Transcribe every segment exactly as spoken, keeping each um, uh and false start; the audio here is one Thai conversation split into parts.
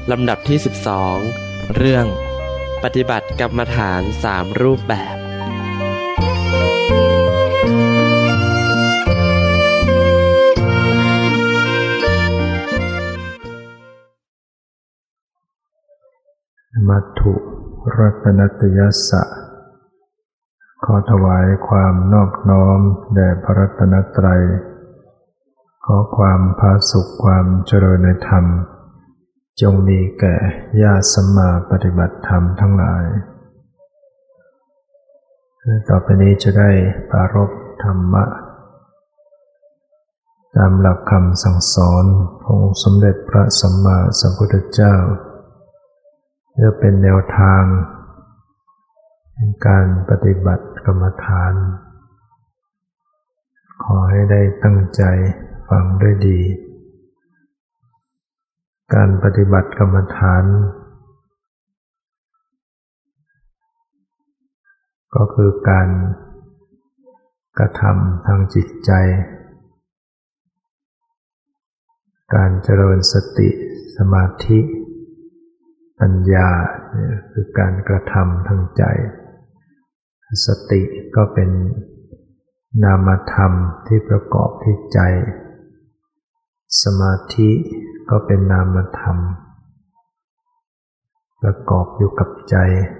ลำดับที่สิบสองเรื่องปฏิบัติกรรมฐานสามรูปแบบมัทธุรัตนัตยัสสะขอถวายความนอบน้อมแด่พระรัตนตรัยขอความผาสุขความเจริญในธรรมจงมีแก่ญาติสัมมาปฏิบัติธรรมทั้งหลายต่อไปนี้จะได้ปรารภธรรมะตามหลักคำสั่งสอนขององค์สมเด็จพระสัมมาสัมพุทธเจ้าเพื่อเป็นแนวทางในการปฏิบัติกรรมฐานขอให้ได้ตั้งใจฟังด้วยดีการปฏิบัติกรรมฐานก็คือการกระทำทางจิตใจการเจริญสติสมาธิปัญญาคือการกระทำทางใจสติก็เป็นนามธรรมที่ประกอบที่ใจสมาธิก็เป็นนามธรรมประกอบอยู่กับใจ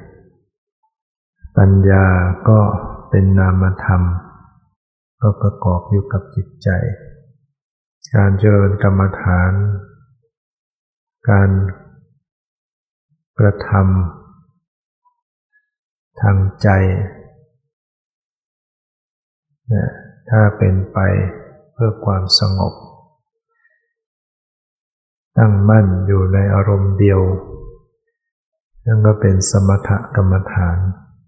ปัญญาก็เป็นนามธรรมก็ประกอบอยู่กับจิตใจการเจริญกรรมฐานการกระทำทางใจถ้าเป็นไปเพื่อความสงบตั้งมั่นอยู่ในอารมณ์เดียวนั่นก็เป็นสมถกรรมฐาน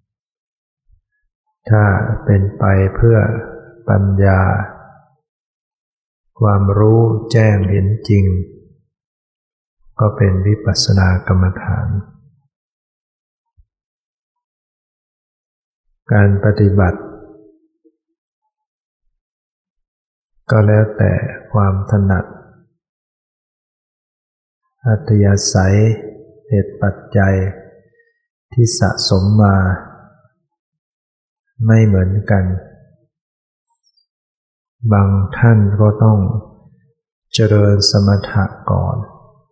ถ้าเป็นไปเพื่อปัญญาความรู้แจ้งเห็นจริงก็เป็นวิปัสสนากรรมฐานการปฏิบัติก็แล้วแต่ความถนัดอัธยาศัยเหตุปัจจัยที่สะสมมาไม่เหมือนกันบางท่านก็ต้องเจริญสมถะก่อน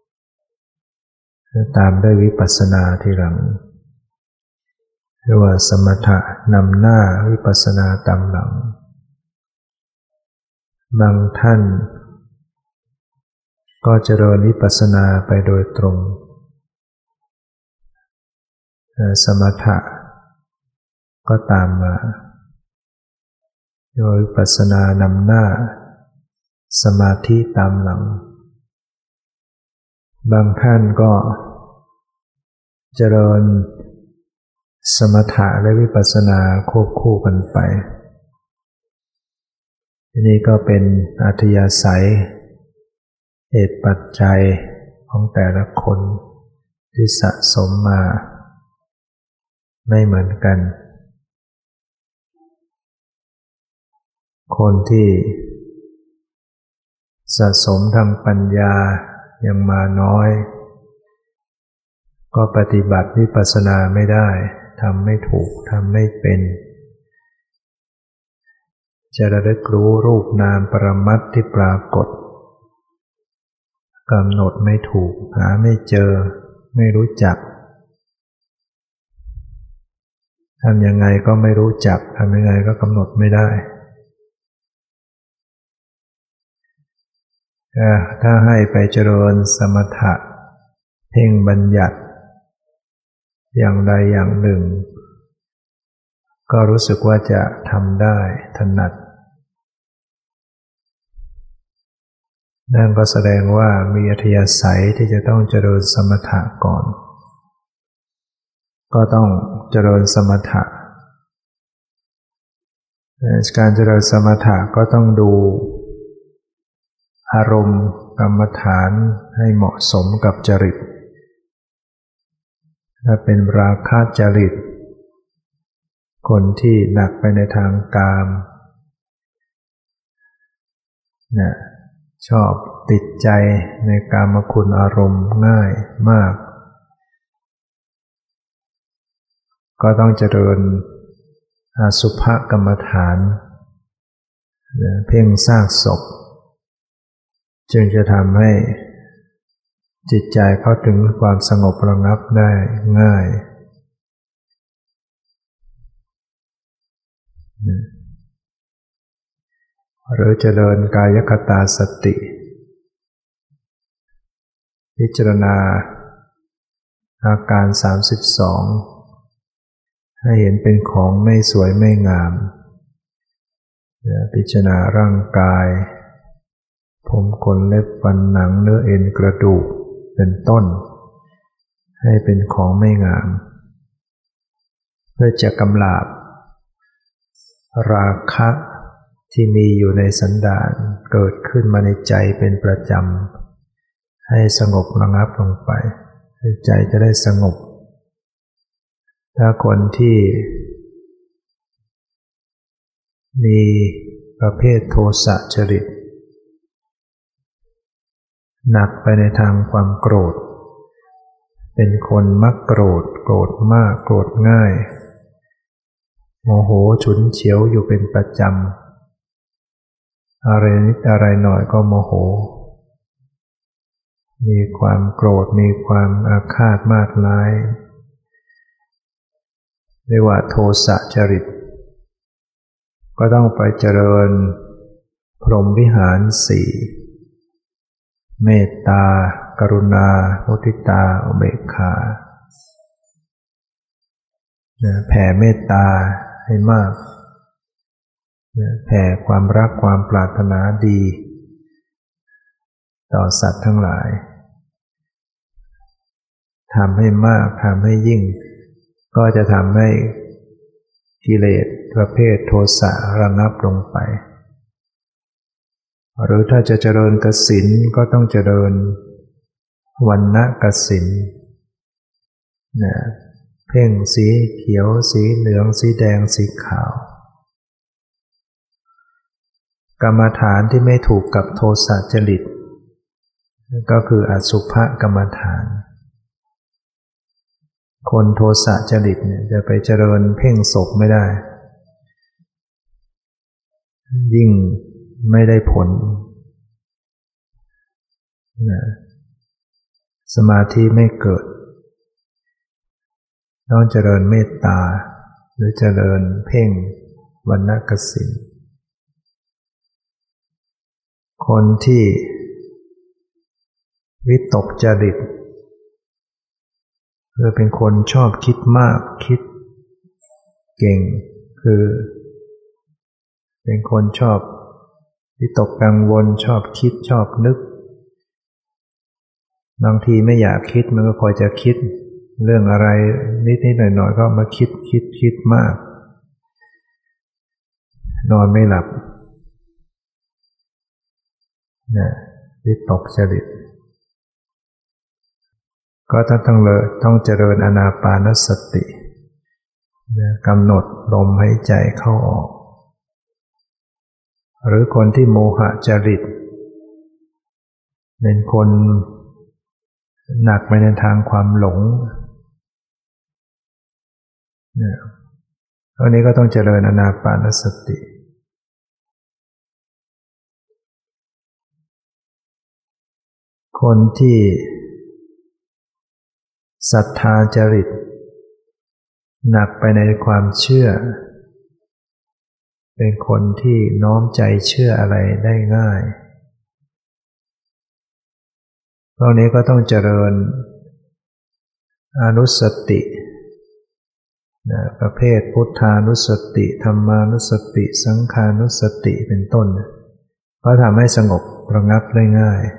ตามด้วยวิปัสสนาทีหลังเรียกว่าสมถะนำหน้าวิปัสสนาตามหลังบางท่านก็เจริญวิปัสสนาไปโดยตรงสมถะก็ตามมาโดยวิปัสสนานำหน้าสมาธิตามหลังบางท่านก็เจริญสมถะและวิปัสสนาควบคู่กันไปทีนี้ก็เป็นอัธยาศัยเหตุปัจจัยของแต่ละคนที่สะสมมาไม่เหมือนกันคนที่สะสมทางปัญญายังมาน้อยก็ปฏิบัติวิปัสสนาไม่ได้ทำไม่ถูกทำไม่เป็นจะระลึกรู้รูปนามปรมัตถ์ที่ปรากฏกำหนดไม่ถูกหาไม่เจอไม่รู้จักทำยังไงก็ไม่รู้จักทำยังไงก็กำหนดไม่ได้ถ้าให้ไปเจริญสมถะเพ่งบัญญัติอย่างใดอย่างหนึ่งก็รู้สึกว่าจะทำได้ถนัดนั่นก็แสดงว่ามีอัธยาศัยที่จะต้องเจริญสมถะก่อนก็ต้องเจริญสมถะการเจริญสมถะก็ต้องดูอารมณ์กรรมฐานให้เหมาะสมกับจริตถ้าเป็นราคะจริตคนที่หนักไปในทางกามเนี่ยชอบติดใจในกามคุณอารมณ์ง่ายมากก็ต้องเจริญอสุภกรรมฐานเพ่งซากศพจึงจะทำให้จิตใจเข้าถึงความสงบระงับได้ง่ายหรือเจริญกายคตาสติพิจารณาอาการสามสิบสองให้เห็นเป็นของไม่สวยไม่งามพิจารณาร่างกายผมขนเล็บฟันหนังเนื้อเอ็นกระดูกเป็นต้นให้เป็นของไม่งามเพื่อจะกำราบราคะที่มีอยู่ในสันดานเกิดขึ้นมาในใจเป็นประจำให้สงบระงับลงไปให้ใจจะได้สงบถ้าคนที่มีประเภทโทสะจริตหนักไปในทางความโกรธเป็นคนมักโกรธโกรธมากโกรธง่ายโมโหฉุนเฉียวอยู่เป็นประจำอะไรนิดอะไรหน่อยก็โมโหมีความโกรธมีความอาฆาตมาดร้ายเรียกว่าโทสะจริตก็ต้องไปเจริญพรหมวิหารสี่เมตตากรุณามุทิตาอุเบกขาแผ่เมตตาให้มากแผ่ความรักความปรารถนาดีต่อสัตว์ทั้งหลายทำให้มากทำให้ยิ่งก็จะทำให้กิเลสประเภทโทสะระงับลงไปหรือถ้าจะเจริญกสินก็ต้องเจริญวรรณกสินนะเพ่งสีเขียวสีเหลืองสีแดงสีขาวกรรมฐานที่ไม่ถูกกับโทสะจริตก็คืออสุภกรรมฐานคนโทสะจริตเนี่ยจะไปเจริญเพ่งศพไม่ได้ยิ่งไม่ได้ผลนะสมาธิไม่เกิดต้องเจริญเมตตาหรือเจริญเพ่งวรรณกสินคนที่วิตกจริตคือเป็นคนชอบคิดมากคิดเก่งคือเป็นคนชอบวิตกกังวลชอบคิดชอบนึกบางทีไม่อยากคิดมันก็คอยจะคิดเรื่องอะไรนิดๆหน่อยๆก็มาคิดคิดคิดมากนอนไม่หลับนะวิตกจริตก็ต้องเลยต้องเจริญอานาปานสติกำหนดลมหายใจเข้าออกหรือคนที่โมหะจริตเป็นคนหนักไปในทางความหลงเนี่ยตอนนี้ก็ต้องเจริญอานาปานสติคนที่ศรัทธาจริตหนักไปในความเชื่อเป็นคนที่น้อมใจเชื่ออะไรได้ง่ายตรงนี้ก็ต้องเจริญอนุสตินะประเภทพุทธานุสติธรรมานุสติสังฆานุสติเป็นต้นก็ทำให้สงบระงับได้ง่าย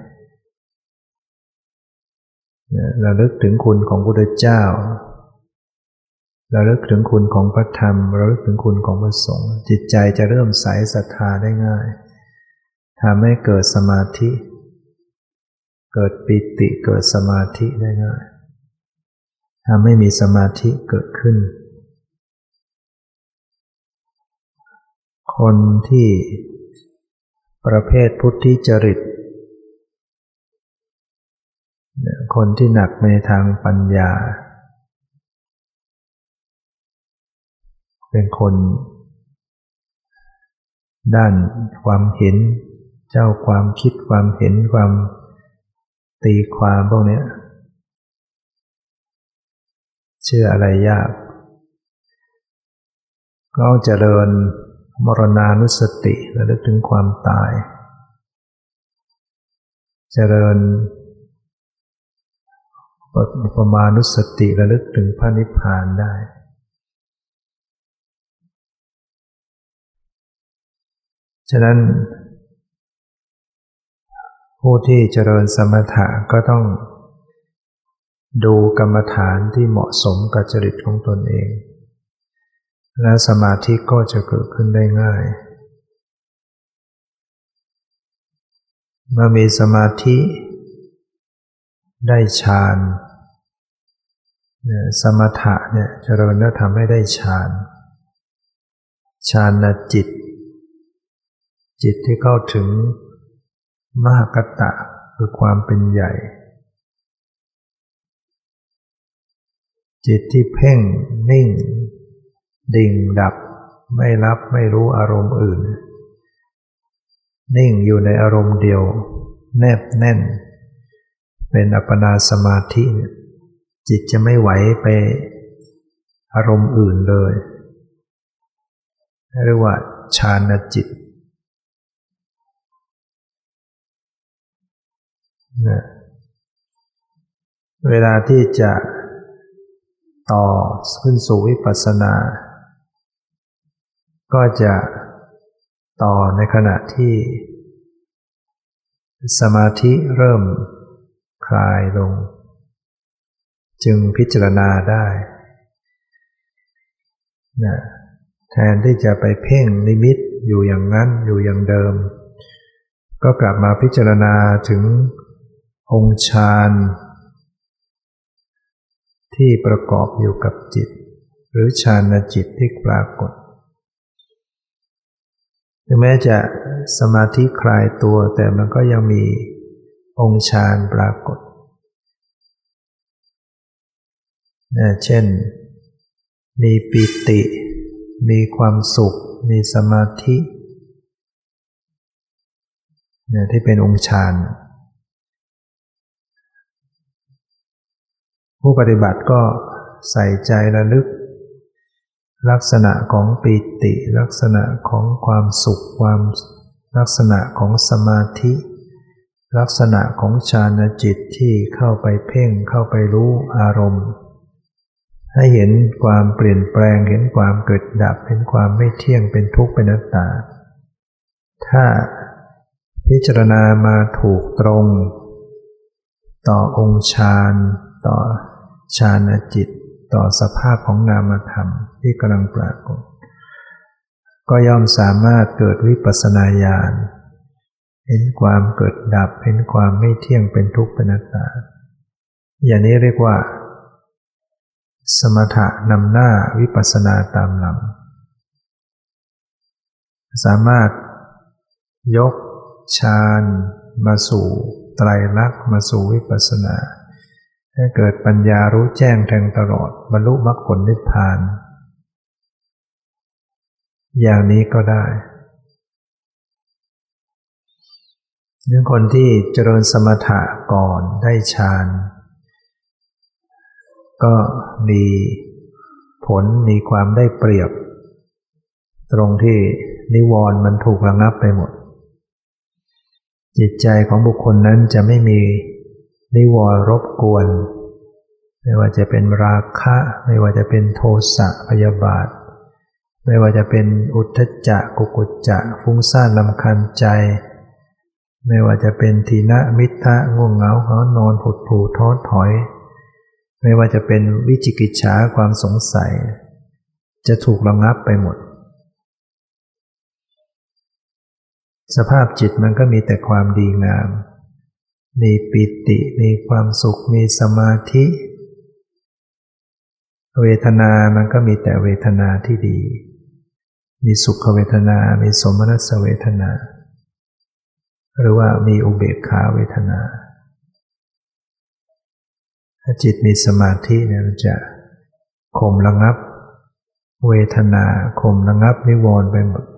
ระลึกถึงคุณของพระพุทธเจ้าระลึกถึงคุณของพระธรรมระลึกถึงคุณของพระสงฆ์จิตใจจะเริ่มใสศรัทธาได้ง่ายทำให้เกิดสมาธิเกิดปิติเกิดสมาธิได้ง่ายทำให้มีสมาธิเกิดขึ้นคนที่ประเภทพุทธิจริตคนที่หนักในทางปัญญาเป็นคนด้านความเห็นเจ้าความคิดความเห็นความตีความพวกนี้เชื่ออะไรยากก็เจริญมรณานุสติระลึกถึงความตายเจริญอุปมานุสติระลึกถึงพระนิพพานได้ฉะนั้นผู้ที่เจริญสมถะก็ต้องดูกรรมฐานที่เหมาะสมกับจริตของตนเองและสมาธิก็จะเกิดขึ้นได้ง่ายเมื่อมีสมาธิได้ฌานสมถะเนี่ยเจริญแล้วทำให้ได้ฌานฌานจิตจิตที่เข้าถึงมหกัตตะคือความเป็นใหญ่จิตที่เพ่งนิ่งดิ่งดับไม่รับไม่รู้อารมณ์อื่นนิ่งอยู่ในอารมณ์เดียวแนบแน่นเป็นอัปปนาสมาธิจิตจะไม่ไหวไปอารมณ์อื่นเลยเรียกว่าฌานจิตนะเวลาที่จะต่อขึ้นสู่วิปัสสนาก็จะต่อในขณะที่สมาธิเริ่มคลายลงจึงพิจารณาได้นะแทนที่จะไปเพ่งนิมิตอยู่อย่างนั้นอยู่อย่างเดิมก็กลับมาพิจารณาถึงองค์ฌานที่ประกอบอยู่กับจิตหรือฌานจิตที่ปรากฏถึงแม้จะสมาธิคลายตัวแต่มันก็ยังมีองค์ฌานปรากฏนะเช่นมีปิติมีความสุขมีสมาธินะที่เป็นองค์ฌานผู้ปฏิบัติก็ใส่ใจระลึกลักษณะของปิติลักษณะของความสุขความลักษณะของสมาธิลักษณะของฌานจิตที่เข้าไปเพ่งเข้าไปรู้อารมณ์ให้เห็นความเปลี่ยนแปลงเห็นความเกิดดับเห็นความไม่เที่ยงเป็นทุกข์เป็นอนัตตาถ้าพิจารณามาถูกตรงต่อองค์ฌานต่อฌานจิตต่อสภาพของนามธรรมที่กำลังปรากฏก็ย่อมสามารถเกิดวิปัสสนาญาณเห็นความเกิดดับเห็นความไม่เที่ยงเป็นทุกข์เป็นอนัตตาอย่างนี้เรียกว่าสมถะนำหน้าวิปัสสนาตามหลังสามารถยกฌานมาสู่ไตรลักษณ์มาสู่วิปัสสนาให้เกิดปัญญารู้แจ้งแทงตลอดบรรลุมรรคผลนิพพานอย่างนี้ก็ได้เรื่องคนที่เจริญสมถะก่อนได้ฌานก็มีผลมีความได้เปรียบตรงที่นิวรณ์มันถูกระงับไปหมดจิตใจของบุคคลนั้นจะไม่มีนิวรณ์รบกวนไม่ว่าจะเป็นราคะไม่ว่าจะเป็นโทสะพยาบาทไม่ว่าจะเป็นอุทธัจจะกุกุจจะฟุ้งซ่านรำคาญใจไม่ว่าจะเป็นทีฆะมิทธะง่วงเหงาหอนอนผุดผูท้อถอยไม่ว่าจะเป็นวิจิกิจฉาความสงสัยจะถูกระงับไปหมดสภาพจิตมันก็มีแต่ความดีงามมีปิติมีความสุขมีสมาธิเวทนามันก็มีแต่เวทนาที่ดีมีสุขเวทนามีสมนัสเวทนาหรือว่ามีอุเบกขาเวทนาถ้าจิตมีสมาธิเนี่ยมันจะข่มระงับเวทนาข่มระงับนิวรณ์ไปหมด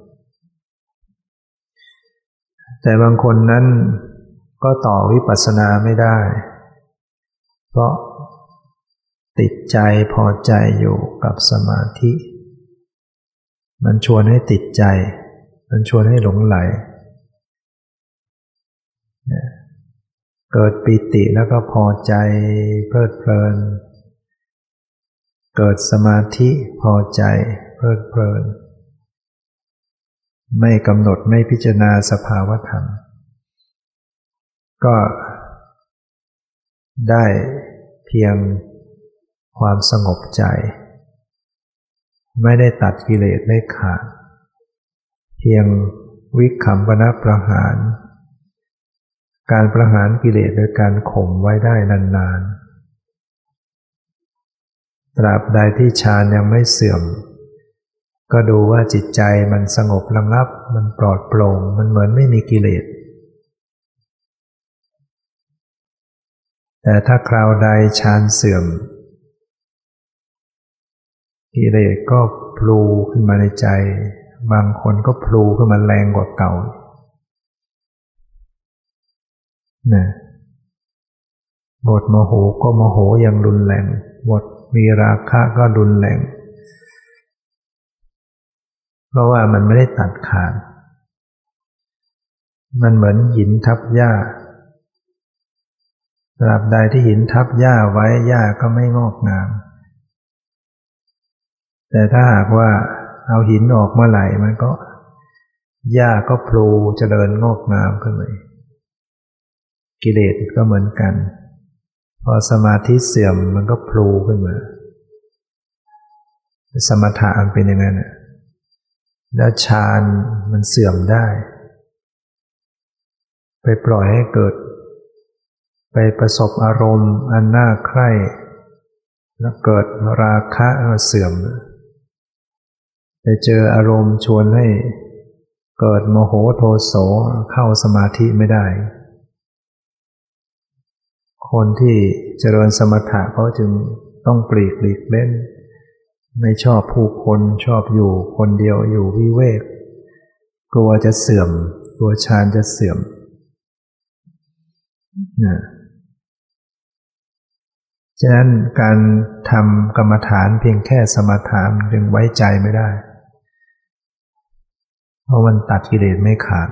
แต่บางคนนั้นก็ต่อวิปัสสนาไม่ได้เพราะติดใจพอใจอยู่กับสมาธิมันชวนให้ติดใจมันชวนให้หลงไหลเกิดปิติแล้วก็พอใจเพลิดเพลินเกิดสมาธิพอใจเพลิดเพลินไม่กำหนดไม่พิจารณาสภาวธรรมก็ได้เพียงความสงบใจไม่ได้ตัดกิเลสได้ขาดเพียงวิคัมปนประหารการประหารกิเลสโดยการข่มไว้ได้นานๆตราบใดที่ฌานยังไม่เสื่อมก็ดูว่าจิตใจมันสงบระงับมันปลอดโปร่งมันเหมือนไม่มีกิเลสแต่ถ้าคราวใดฌานเสื่อมกิเลสก็พลูขึ้นมาในใจบางคนก็พลูขึ้นมาแรงกว่าเก่านะหมดโมโหก็โมโหอย่างรุนแรงหมดมีราคะก็รุนแรงเพราะว่ามันไม่ได้ตัดขาดมันเหมือนหินทับหญ้าตราบใดที่หินทับหญ้าไว้หญ้าก็ไม่งอกงามแต่ถ้าหากว่าเอาหินออกเมื่อไหร่มันก็หญ้าก็พลูเจริญงอกงามขึ้นเลยกิเลสก็เหมือนกันพอสมาธิเสื่อมมันก็พลูขึ้นมาสมถะมันเป็นอย่างนั้นแล้วฌานมันเสื่อมได้ไปปล่อยให้เกิดไปประสบอารมณ์อันน่าใคร่แล้วเกิดราคะก็เสื่อมไปเจออารมณ์ชวนให้เกิดโมโหโทโสเข้าสมาธิไม่ได้คนที่เจริญสมถะเขาจึงต้องปลีกหลีกเล่นไม่ชอบผู้คนชอบอยู่คนเดียวอยู่วิเวกกลัวจะเสื่อมกลัวฌานจะเสื่อมนะฉะนั้นการทำกรรมฐานเพียงแค่สมถะจึงไว้ใจไม่ได้เพราะมันตัดกิเลสไม่ขาด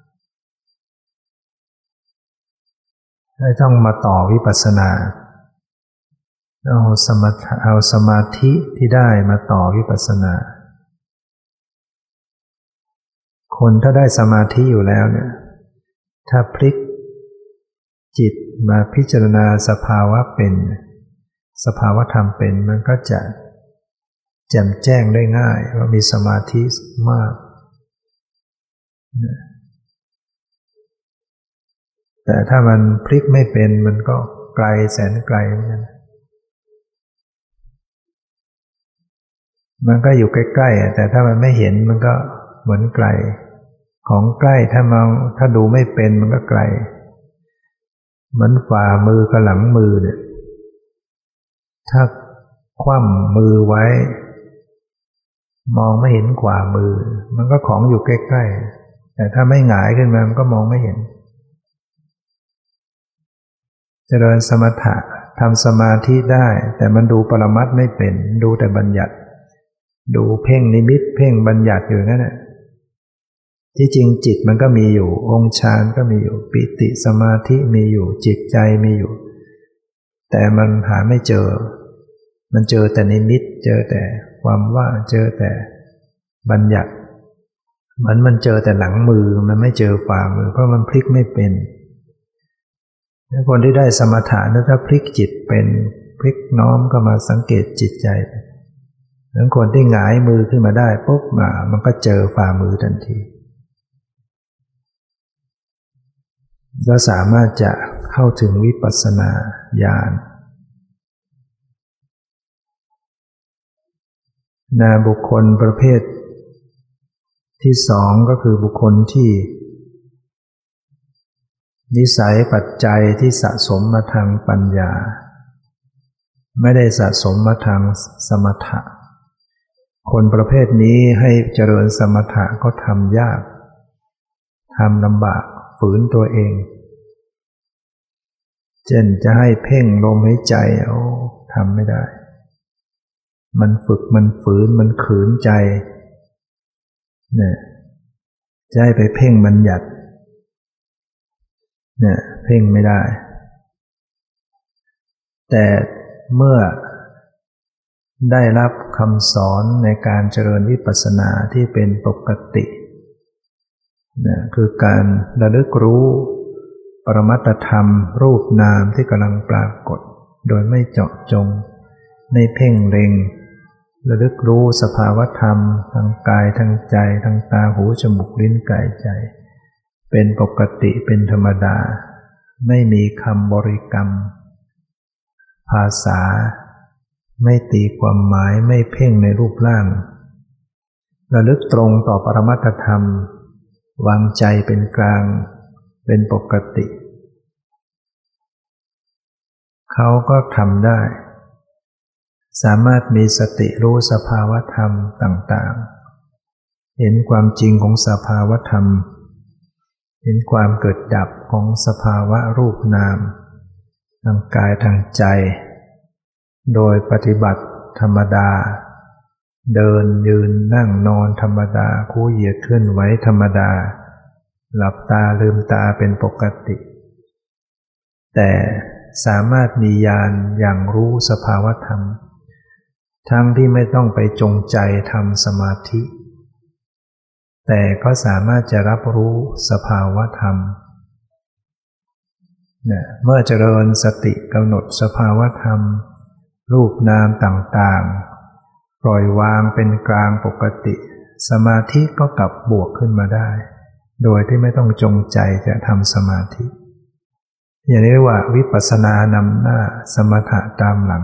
ต้องมาต่อวิปัสสนาเอาสมถะเอาสมาธิที่ได้มาต่อวิปัสสนาคนถ้าได้สมาธิอยู่แล้วเนี่ยถ้าพลิกจิตมาพิจารณาสภาวะเป็นสภาวะธรรมเป็นมันก็จะแจ่มแจ้งได้ง่ายว่ามีสมาธิมากแต่ถ้ามันพลิกไม่เป็นมันก็ไกลแสนไกลเหมือนกันมันก็อยู่ใกล้ๆแต่ถ้ามันไม่เห็นมันก็เหมือนไกลของใกล้ถ้ามองถ้าดูไม่เป็นมันก็ไกลเหมือนฝ่ามือกับหลังมือเนี่ยถ้าคว่ำมือไว้มองไม่เห็นขวามือมันก็ของอยู่ใกล้ๆแต่ถ้าไม่หงายขึ้นมามันก็มองไม่เห็นเจริญสมถะทำสมาธิได้แต่มันดูปรมัตถ์ไม่เป็นดูแต่บัญญัติดูเพ่งนิมิตเพ่งบัญญัติอยู่นั่นแหละที่จริงจิตมันก็มีอยู่องค์ฌานก็มีอยู่ปิติสมาธิมีอยู่จิตใจมีอยู่แต่มันหาไม่เจอมันเจอแต่นิมิตเจอแต่ความว่างเจอแต่บัญญัติเหมือนมันเจอแต่หลังมือมันไม่เจอฝ่ามือเพราะมันพลิกไม่เป็นคนที่ได้สมถะถ้าพลิกจิตเป็นพลิกน้อมก็มาสังเกตจิตใจแล้วคนที่หงายมือขึ้นมาได้ปุ๊บมามันก็เจอฝ่ามือทันทีก็สามารถจะเข้าถึงวิปัสสนาญาณนาบุคคลประเภทที่สองก็คือบุคคลที่นิสัยปัจจัยที่สะสมมาทางปัญญาไม่ได้สะสมมาทางสมถะคนประเภทนี้ให้เจริญสมถะก็ทำยากทำลำบากฝืนตัวเองเช่นจะให้เพ่งลมหายใจเอาทำไม่ได้มันฝึกมันฝืนมันขืนใจเนี่ยจะให้ไปเพ่งบัญญัติเนี่ยเพ่งไม่ได้แต่เมื่อได้รับคำสอนในการเจริญวิปัสสนาที่เป็นปกติเนี่ยคือการระลึกรู้ปรมัตถธรรมรูปนามที่กำลังปรากฏโดยไม่เจาะจงไม่เพ่งเล็งระลึกรู้สภาวธรรมทางกายทางใจทางตาหูจมูกลิ้นกายใจเป็นปกติเป็นธรรมดาไม่มีคำบริกรรมภาษาไม่ตีความหมายไม่เพ่งในรูปร่างระลึกตรงต่อปรมัตถธรรมวางใจเป็นกลางเป็นปกติเขาก็ทำได้สามารถมีสติรู้สภาวธรรมต่างๆเห็นความจริงของสภาวธรรมเห็นความเกิดดับของสภาวะรูปนามทางกายทางใจโดยปฏิบัติธรรมดาเดินยืนนั่งนอนธรรมดาคู่เหยียดเคลื่อนไหวธรรมดาหลับตาลืมตาเป็นปกติแต่สามารถมีญาณอย่างรู้สภาวธรรมทั้งที่ไม่ต้องไปจงใจทำสมาธิแต่ก็สามารถจะรับรู้สภาวธรรมเนี่ยเมื่อเจริญสติกำหนดสภาวธรรมรูปนามต่างๆปล่อยวางเป็นกลางปกติสมาธิก็กลับบวกขึ้นมาได้โดยที่ไม่ต้องจงใจจะทำสมาธิอย่างนี้เรียกว่าวิปัสสนานำหน้าสมถะตามหลัง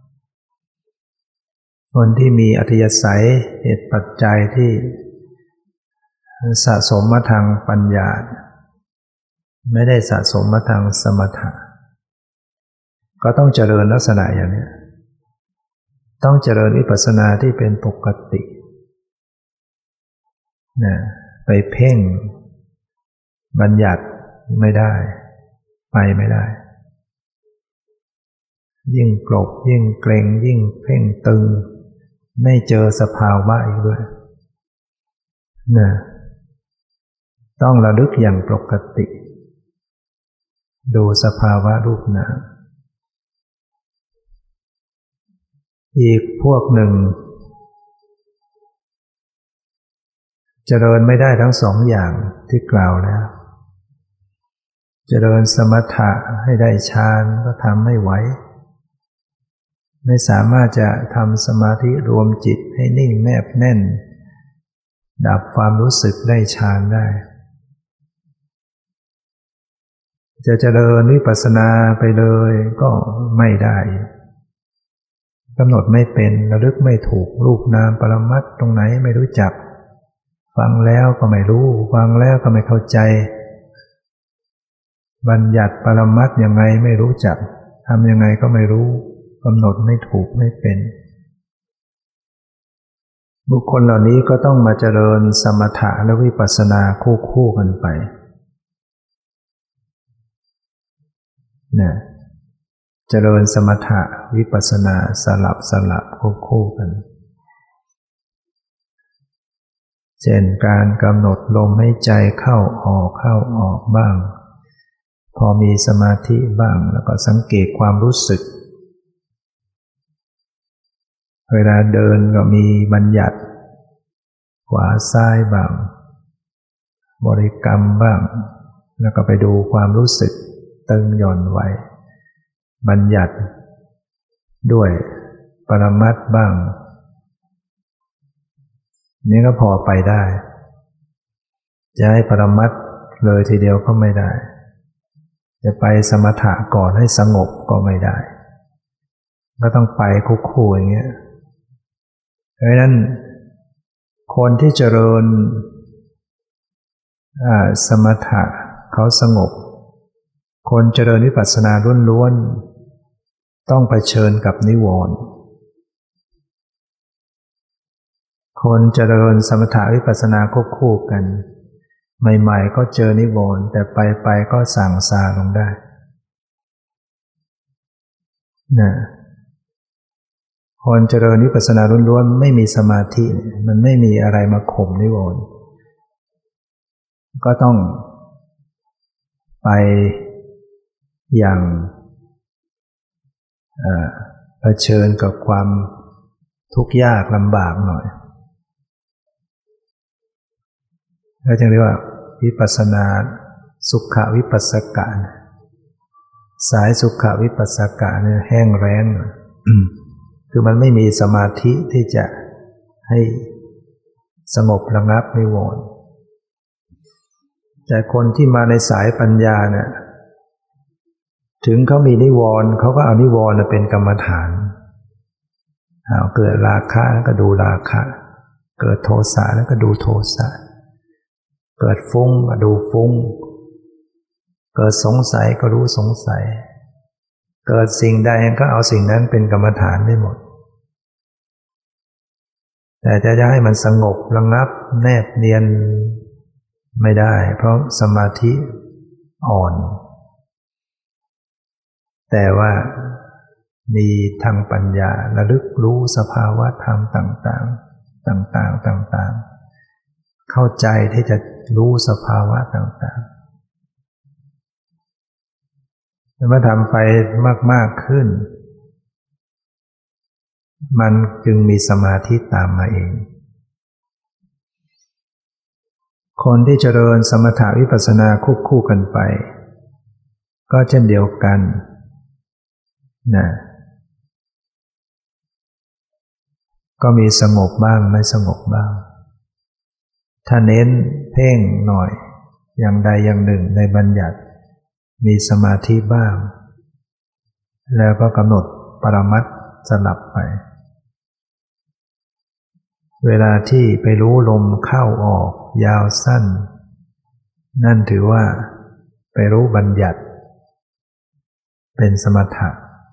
คนที่มีอัธยาศัยเหตุปัจจัยที่สะสมมาทางปัญญาไม่ได้สะสมมาทางสมถะก็ต้องเจริญลักษณะอย่างนี้ต้องเจริญวิปัสสนาที่เป็นปกตินะไปเพ่งบัญญัติไม่ได้ไปไม่ได้ยิ่งกลบยิ่งเกรงยิ่งเพ่งตึงไม่เจอสภาวะอีกด้วยนะต้องระลึกอย่างปกติดูสภาวะรูปนามอีกพวกหนึ่งเจริญไม่ได้ทั้งสองอย่างที่กล่าวแล้วเจริญสมถะให้ได้ฌานก็ทำไม่ไหวไม่สามารถจะทำสมาธิรวมจิตให้นิ่งแนบแน่นดับความรู้สึกได้ฌานได้จะเจริญวิปัสสนาไปเลยก็ไม่ได้กำหนดไม่เป็นระลึกไม่ถูกรูปนามปรมัตถ์ตรงไหนไม่รู้จักฟังแล้วก็ไม่รู้ฟังแล้วก็ไม่เข้าใจบัญญัติปรมัตถ์ยังไงไม่รู้จักทำยังไงก็ไม่รู้กำหนดไม่ถูกไม่เป็นบุคคลเหล่านี้ก็ต้องมาเจริญสมถะและวิปัสสนาคู่คู่กันไปเนี่ยเจริญสมถะวิปัสสนาสลับสลับคู่คู่กันเช่นการกำหนดลมหายใจเข้าออกเข้าออกบ้างพอมีสมาธิบ้างแล้วก็สังเกตความรู้สึกเวลาเดินก็มีบัญญัติขวาซ้ายบ้างบริกรรมบ้างแล้วก็ไปดูความรู้สึกตึงหย่อนไหวบัญญัติด้วยปรมัตถ์บ้างนี่ก็พอไปได้จะให้ปรมัตถ์เลยทีเดียวก็ไม่ได้จะไปสมถะก่อนให้สงบก็ไม่ได้ก็ต้องไปคู่ๆอย่างเงี้ยเพราะฉะนั้นคนที่เจริญสมถะเขาสงบคนเจริญวิปัสสนาล้วนต้องเผชิญกับนิวรณ์คนเจริญสมถะวิปัสสนาควบคู่กันใหม่ๆก็เจอนิวรณ์แต่ไปๆก็สั่งซาลงได้นะคนเจริญวิปัสสนาล้วนๆไม่มีสมาธิมันไม่มีอะไรมาข่มนิวรณ์ก็ต้องไปอย่างเผชิญกับความทุกข์ยากลำบากหน่อยก็จึงเรียกว่าวิปัสสนาสุขวิปัสสกะสายสุขวิปัสสกะเนี่ยแห้งแล้ง คือมันไม่มีสมาธิที่จะให้สงบระงับนิวรณ์แต่คนที่มาในสายปัญญาเนี่ยถึงเขามีนิวรณ์เขาก็เอานิวรณ์เป็นกรรมฐานเอาเกิดราคะแล้วก็ดูราคะเกิดโทสะแล้วก็ดูโทสะเกิดฟุ้งก็ดูฟุ้งเกิดสงสัยก็รู้สงสัยเกิดสิ่งใดก็เอาสิ่งนั้นเป็นกรรมฐานได้หมดแต่จะให้มันสงบระงับแนบเนียนไม่ได้เพราะสมาธิอ่อนแต่ว่ามีทางปัญญาระลึกรู้สภาวะธรรมต่างๆต่างๆต่างๆเข้าใจที่จะรู้สภาวะต่างๆเมื่อทำไปมากๆขึ้นมันจึงมีสมาธิตามมาเองคนที่เจริญสมถะวิปัสสนาควบคู่กันไปก็เช่นเดียวกันนะก็มีสงบบ้างไม่สงบบ้างถ้าเน้นเพ่งหน่อยอย่างใดอย่างหนึ่งในบัญญัติมีสมาธิบ้างแล้วก็กำหนดปรมัตถ์สลับไปเวลาที่ไปรู้ลมเข้าออกยาวสั้นนั่นถือว่าไปรู้บัญญัติเป็นสมถะ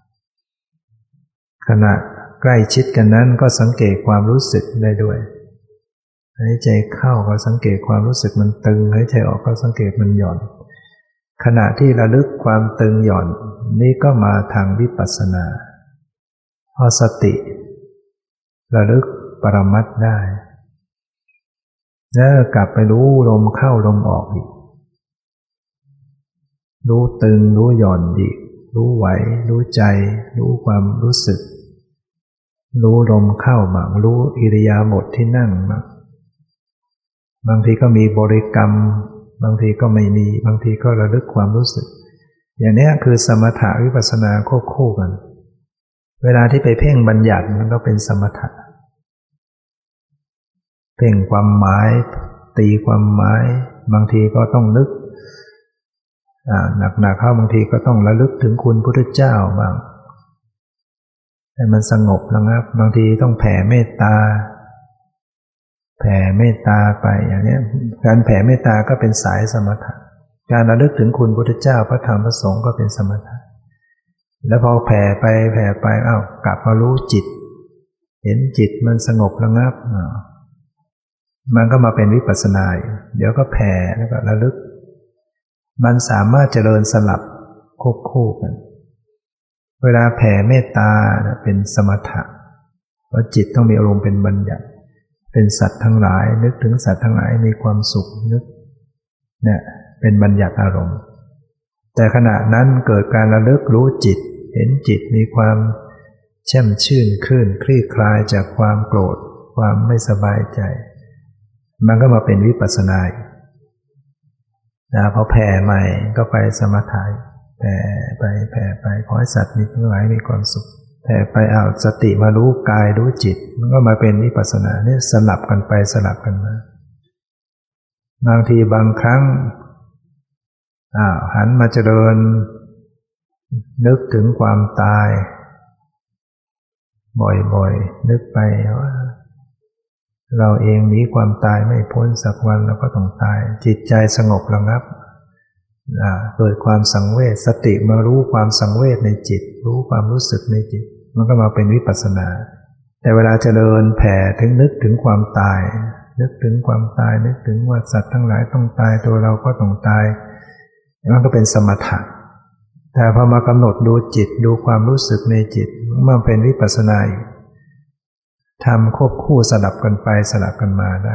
ขณะใกล้ชิดกันนั้นก็สังเกตความรู้สึกได้ด้วยหายใจเข้าก็สังเกตความรู้สึกมันตึงหายใจออกก็สังเกตมันหย่อนขณะที่ระลึกความตึงหย่อนนี่ก็มาทางวิปัสสนาเพราะสติระลึกปรมัตถ์ได้แล้วกลับไปรู้ลมเข้าลมออกอีกรู้ตึงรู้หย่อนอีกรู้ไหวรู้ใจรู้ความรู้สึกรู้ลมเข้าบ้างรู้อิริยาบถที่นั่งบ้างบางทีก็มีบริกรรมบางทีก็ไม่มีบางทีก็ระลึกความรู้สึกอย่างนี้คือสมถะวิปัสสนาควบคู่กันเวลาที่ไปเพ่งบัญญัติมันก็เป็นสมถะเพ่งความหมายตีความหมายบางทีก็ต้องนึกหนักๆเข้าบางทีก็ต้องระลึกถึงคุณพุทธเจ้าบ้างให้มันสงบระงับบางทีต้องแผ่เมตตาแผ่เมตตาไปอย่างนี้การแผ่เมตตาก็เป็นสายสมถะการระลึกถึงคุณพุทธเจ้าพระธรรมพระสงฆ์ก็เป็นสมถะแล้วพอแผ่ไปแผ่ไปอ้าวกลับมารู้จิตเห็นจิตมันสงบระงับมันก็มาเป็นวิปัสสนาเดี๋ยวก็แผ่แล้วก็ระลึกมันสามารถเจริญสลับควบคู่กันเวลาแผ่เมตตาเป็นสมถะเพราะจิตต้องมีอารมณ์เป็นบัญญัติเป็นสัตว์ทั้งหลายนึกถึงสัตว์ทั้งหลายมีความสุขนึกเนี่ยเป็นบัญญัติอารมณ์แต่ขณะนั้นเกิดการระลึกรู้จิตเห็นจิตมีความแช่มชื่นขึ้นคลี่คลายจากความโกรธความไม่สบายใจมันก็มาเป็นวิปัสสนานะพอแผ่ใหม่ก็ไปสมถะแผ่ไปแผ่ไปขอให้สัตว์มีทั้งหลายมีความสุขแผ่ไปเอาสติมารู้กายรู้จิตมันก็มาเป็นวิปัสสนาเนี่ยสลับกันไปสลับกันมาบางทีบางครั้งอ้าวหันมาเจริญนึกถึงความตายบ่อยๆนึกไปว่าเราเองหนีความตายไม่พ้นสักวันเราก็ต้องตายจิตใจสงบระงับเกิดความสังเวชสติมารู้ความสังเวชในจิตรู้ความรู้สึกในจิตมันก็มาเป็นวิปัสสนาแต่เวลาเจริญแผ่ถึงนึกถึงความตายนึกถึงความตายนึกถึงว่าสัตว์ทั้งหลายต้องตายตัวเราก็ต้องตายมันก็เป็นสมถะแต่พอมากำหนดดูจิตดูความรู้สึกในจิตมันเป็นวิปัสสนาทำควบคู่สลับกันไปสลับกันมาได้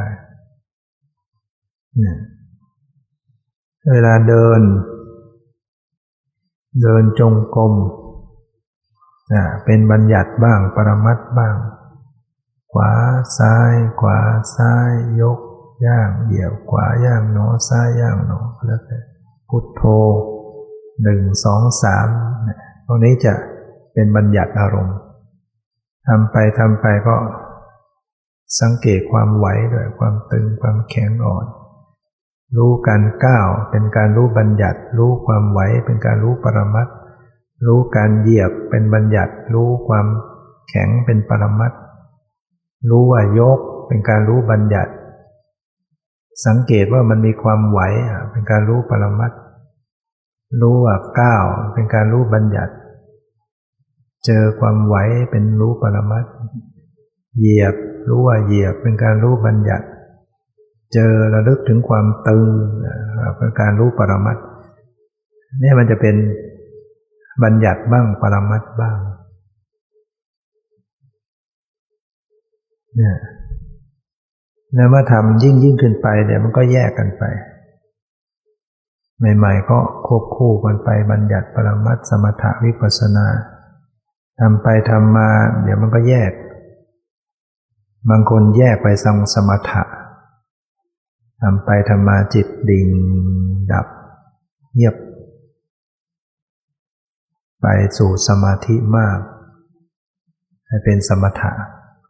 เนี่ยเวลาเดินเดินจงกรมอ่าเป็นบัญญัติบ้างปรมัตถ์บ้างขวาซ้ายขวาซ้ายยกย่างเหยียบขวาย่างหนอซ้ายย่างหนอแล้วแต่พุทโธหนึ่งสองสามตรงนี้จะเป็นบัญญัติอารมณ์ทำไปทำไปก็สังเกตความไหวด้วยความตึงความแข็งอ่อนรู้การก้าวเป็นการรู้บัญญัติรู้ความไหวเป็นการรู้ปรมัตถ์รู้การเหยียบเป็นบัญญัติรู้ความแข็งเป็นปรมัตถ์รู้ว่ายกเป็นการรู้บัญญัติสังเกตว่ามันมีความไหวเป็นการรู้ปรมัตถ์รู้ว่าก้าวเป็นการรู้บัญญัติเจอความไหวเป็นรู้ปรมัตถ์เหยียบรู้ว่าเหยียบเป็นการรู้บัญญัติเจอระลึกถึงความตึงเป็นการรู้ปรมัตถ์นี่มันจะเป็นบัญญัติบ้างปรมัตถ์บ้างเนี่ยแล้วเมื่อทำยิ่งยิ่งขึ้นไปเดี๋ยวมันก็แยกกันไปใหม่ๆก็ควบคู่กันไปบัญญัติปรมัตถ์สมถะวิปัสสนาทำไปทำมาเดี๋ยวมันก็แยกบางคนแยกไปทางสมถะทำไปทำมาจิตดิ่งดับเงียบไปสู่สมาธิมากให้เป็นสมถะ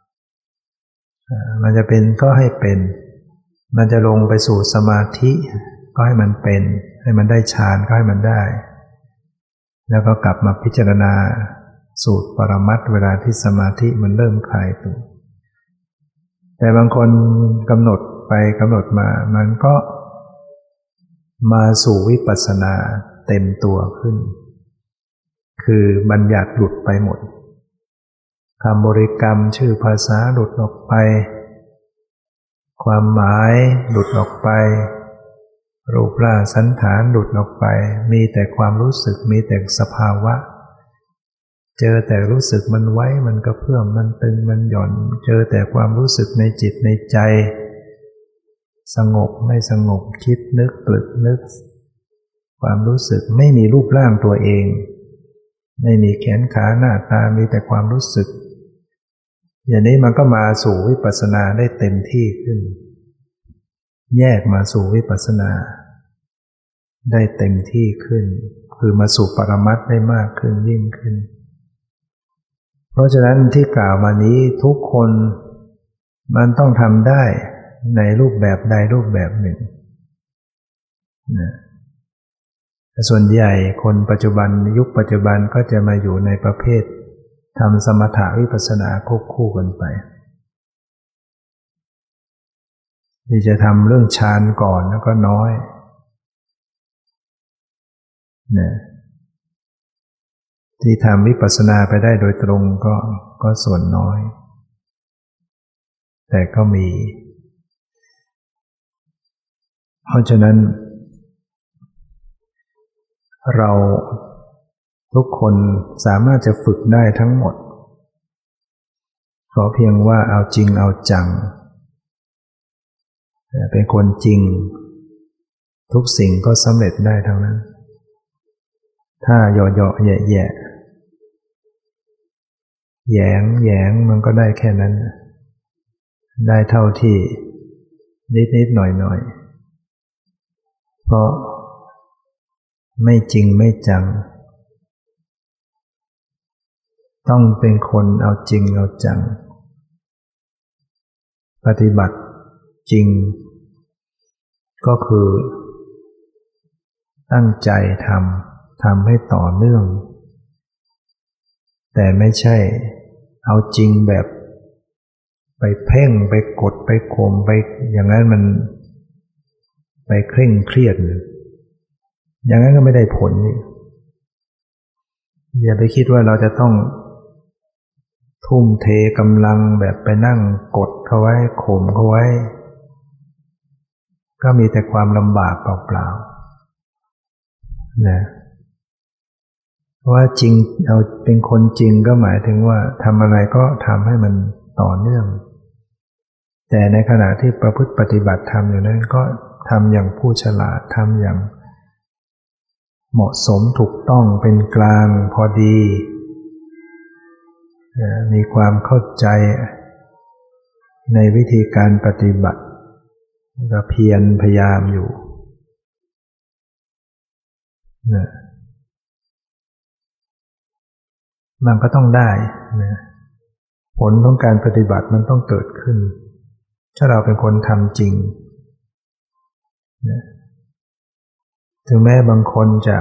มันจะเป็นก็ให้เป็นมันจะลงไปสู่สมาธิก็ให้มันเป็นให้มันได้ฌานก็ให้มันได้แล้วก็กลับมาพิจารณาสูตรปรมัตถ์เวลาที่สมาธิมันเริ่มคลายตัวแต่บางคนกำหนดไปกำหนดมามันก็มาสู่วิปัสสนาเต็มตัวขึ้นคือบัญญัติหลุดไปหมดคำบริกรรมชื่อภาษาหลุดออกไปความหมายหลุดออกไปรูปร่างสันฐานหลุดออกไปมีแต่ความรู้สึกมีแต่สภาวะเจอแต่รู้สึกมันไว้มันกระเพื่อมมันตึงมันหย่อนเจอแต่ความรู้สึกในจิตในใจสงบไม่สงบคิดนึกตรึกนึกความรู้สึกไม่มีรูปร่างตัวเองไม่มีแขนขาหน้าตามีแต่ความรู้สึกอย่างนี้มันก็มาสู่วิปัสสนาได้เต็มที่ขึ้นแยกมาสู่วิปัสสนาได้เต็มที่ขึ้นคือมาสู่ปรมัตถ์ได้มากขึ้นยิ่งขึ้นเพราะฉะนั้นที่กล่าวมานี้ทุกคนมันต้องทำได้ในรูปแบบใดรูปแบบหนึ่งนะแต่ส่วนใหญ่คนปัจจุบันยุคปัจจุบันก็จะมาอยู่ในประเภททำสมถะวิปัสสนาควบคู่กันไปที่จะทำเรื่องฌานก่อนแล้วก็น้อยนะที่ทำวิปัสสนาไปได้โดยตรงก็ก็ส่วนน้อยแต่ก็มีเพราะฉะนั้นเราทุกคนสามารถจะฝึกได้ทั้งหมดขอเพียงว่าเอาจริงเอาจังเป็นคนจริงทุกสิ่งก็สำเร็จได้ทั้งนั้นถ้าเหยาะๆแย่ๆแหยงแหยงมันก็ได้แค่นั้นได้เท่าที่นิดๆหน่อยๆเพราะไม่จริงไม่จังต้องเป็นคนเอาจริงเอาจังปฏิบัติจริงก็คือตั้งใจทำทำให้ต่อเนื่องแต่ไม่ใช่เอาจริงแบบไปเพ่งไปกดไปข่มไปอย่างนั้นมันไปเคร่งเครียดอย่างนั้นก็ไม่ได้ผลนี่อย่าไปคิดว่าเราจะต้องทุ่มเทกำลังแบบไปนั่งกดเขาไว้ข่มเขาไว้ก็มีแต่ความลำบากเปล่าๆนะว่าจริงเอาเป็นคนจริงก็หมายถึงว่าทำอะไรก็ทำให้มันต่อเนื่องแต่ในขณะที่ประพฤติปฏิบัติธรรมอยู่นั้นก็ทำอย่างผู้ฉลาดทำอย่างเหมาะสมถูกต้องเป็นกลางพอดีมีความเข้าใจในวิธีการปฏิบัติก็เพียรพยายามอยู่นะมันก็ต้องได้นะผลของการปฏิบัติมันต้องเกิดขึ้นถ้าเราเป็นคนทำจริงนะถึงแม้บางคนจะ